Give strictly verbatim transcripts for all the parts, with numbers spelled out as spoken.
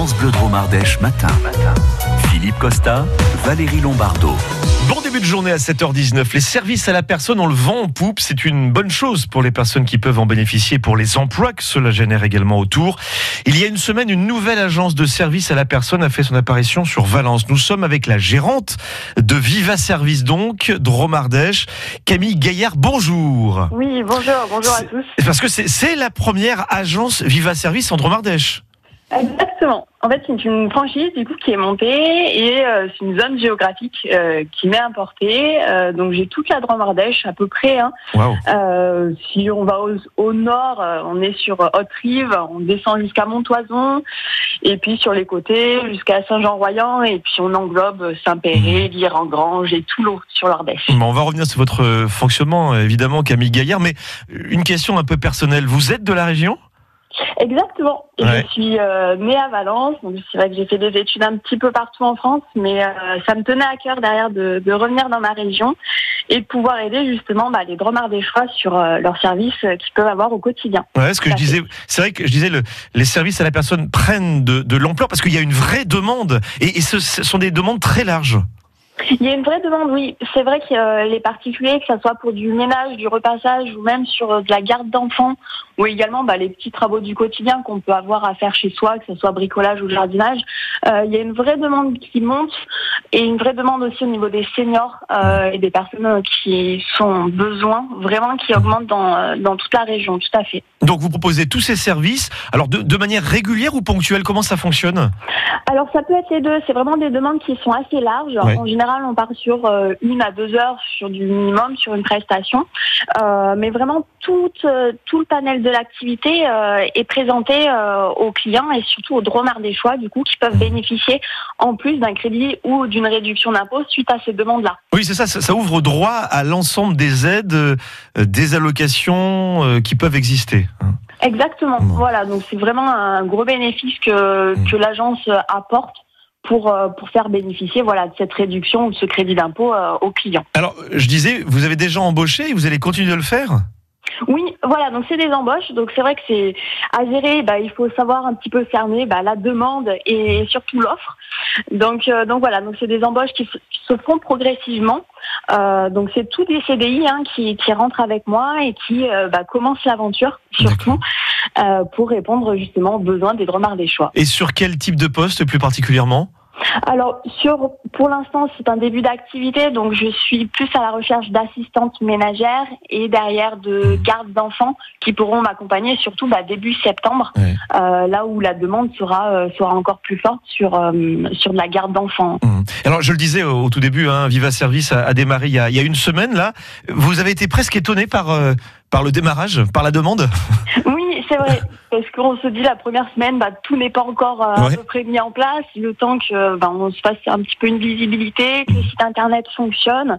France Bleu Drôme Ardèche matin. Philippe Costa, Valérie Lombardo. Bon début de journée à sept heures dix-neuf. Les services à la personne, on le vend en poupe. C'est une bonne chose pour les personnes qui peuvent en bénéficier, pour les emplois que cela génère également autour. Il y a une semaine, une nouvelle agence de services à la personne a fait son apparition sur Valence. Nous sommes avec la gérante de Viva Service, donc, Drôme Ardèche, Camille Gaillard. Bonjour. Oui, bonjour, bonjour à tous. Parce que c'est, c'est la première agence Viva Service en Drôme Ardèche. Exactement. En fait, c'est une franchise du coup qui est montée et euh, c'est une zone géographique euh, qui m'est importée. Euh, donc j'ai toute la Drôme Ardèche à peu près. Hein. Wow. Euh, si on va au, au nord, euh, on est sur Haute-Rive, on descend jusqu'à Montoison et puis sur les côtés jusqu'à Saint-Jean-Royan et puis on englobe Saint-Péret, mmh. Lire-en-Grange et Toulon sur l'Ardèche. Bon, on va revenir sur votre fonctionnement évidemment, Camille Gaillard, mais une question un peu personnelle. Vous êtes de la région ? Exactement. Ouais. Je suis euh, née à Valence, donc c'est vrai que j'ai fait des études un petit peu partout en France, mais euh, ça me tenait à cœur derrière de, de revenir dans ma région et de pouvoir aider justement bah, les Drôme Ardéchois sur euh, leurs services euh, qu'ils peuvent avoir au quotidien. Ouais, ce que je disais, c'est vrai que je disais, le, les services à la personne prennent de, de l'ampleur parce qu'il y a une vraie demande et, et ce, ce sont des demandes très larges. Il y a une vraie demande, oui. C'est vrai que euh, les particuliers, que ce soit pour du ménage, du repassage ou même sur euh, de la garde d'enfants ou également bah, les petits travaux du quotidien qu'on peut avoir à faire chez soi, que ce soit bricolage ou jardinage, euh, il y a une vraie demande qui monte et une vraie demande aussi au niveau des seniors euh, et des personnes qui sont besoin, vraiment qui augmente dans, dans toute la région, tout à fait. Donc vous proposez tous ces services, alors de, de manière régulière ou ponctuelle, comment ça fonctionne ? Alors ça peut être les deux, c'est vraiment des demandes qui sont assez larges. Ouais. En général, on part sur euh, une à deux heures sur du minimum, sur une prestation. Euh, mais vraiment, tout, euh, tout le panel de l'activité euh, est présenté euh, aux clients et surtout aux Drôme Ardéchois, du coup, qui peuvent bénéficier en plus d'un crédit ou d'une réduction d'impôt suite à ces demandes-là. Oui, c'est ça, ça, ça ouvre droit à l'ensemble des aides, euh, des allocations euh, qui peuvent exister. Exactement, mmh. Voilà, donc c'est vraiment un gros bénéfice que, mmh. que l'agence apporte pour, pour faire bénéficier voilà, de cette réduction ou de ce crédit d'impôt euh, aux clients. Alors, je disais, vous avez déjà embauché et vous allez continuer de le faire ? Oui, voilà, donc c'est des embauches, donc c'est vrai que c'est à gérer, bah, il faut savoir un petit peu cerner bah, la demande et surtout l'offre. Donc, euh, donc voilà, donc c'est des embauches qui, f- qui se font progressivement. Euh, donc c'est tous des C D I hein, qui, qui rentrent avec moi et qui euh, bah, commencent l'aventure surtout euh, pour répondre justement aux besoins des Drôme Ardéchois. Et sur quel type de poste plus particulièrement ? Alors, sur, pour l'instant, c'est un début d'activité, donc je suis plus à la recherche d'assistantes ménagères et derrière de gardes d'enfants qui pourront m'accompagner, surtout bah, début septembre, ouais. euh, là où la demande sera, euh, sera encore plus forte sur, euh, sur de la garde d'enfants. Mmh. Alors, je le disais au, au tout début, hein, Viva Service a, a démarré il y a, il y a une semaine, là. Vous avez été presque étonné par, euh, par le démarrage, par la demande ? Oui, c'est vrai, parce qu'on se dit la première semaine, bah, tout n'est pas encore euh, ouais. à peu près mis en place, le temps que bah, on se fasse un petit peu une visibilité, que le site internet fonctionne.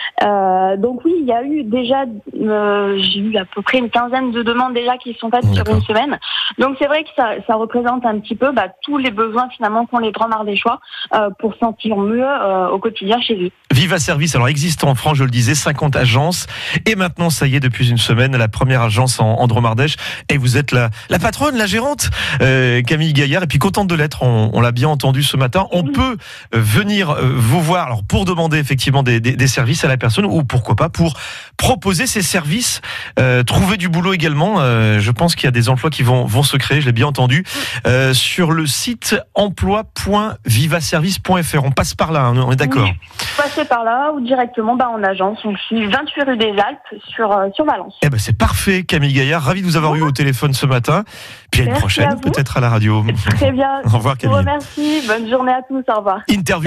Euh, donc oui, il y a eu déjà, euh, j'ai eu à peu près une quinzaine de demandes déjà qui sont faites D'accord. sur une semaine. Donc c'est vrai que ça, ça représente un petit peu bah, tous les besoins finalement qu'ont les Drôme Ardéchois euh, pour sentir mieux euh, au quotidien chez eux. Viva Service, alors existant en France, je le disais, cinquante agences. Et maintenant, ça y est, depuis une semaine, la première agence en, en Drôme Ardèche. Et vous êtes la, la patronne, la gérante, euh, Camille Gaillard. Et puis contente de l'être, on, on l'a bien entendu ce matin. On oui. peut venir euh, vous voir alors pour demander effectivement des, des, des services à la personne ou pourquoi pas pour proposer ces services, euh, trouver du boulot également. Euh, je pense qu'il y a des emplois qui vont, vont se créer, je l'ai bien entendu, euh, sur le site emploi point vivaservice point f r. On passe par là, hein, on est d'accord. Oui. Passez par là ou directement bah, en agence. Donc, je suis vingt-huit rue des Alpes sur, euh, sur Valence. Eh ben, c'est parfait, Camille Gaillard. Ravi de vous avoir eu au téléphone ce matin. Puis à une Merci prochaine, à peut-être à la radio. Très bien. Au revoir, Camille. Je vous remercie. Bonne journée à tous. Au revoir. Interview.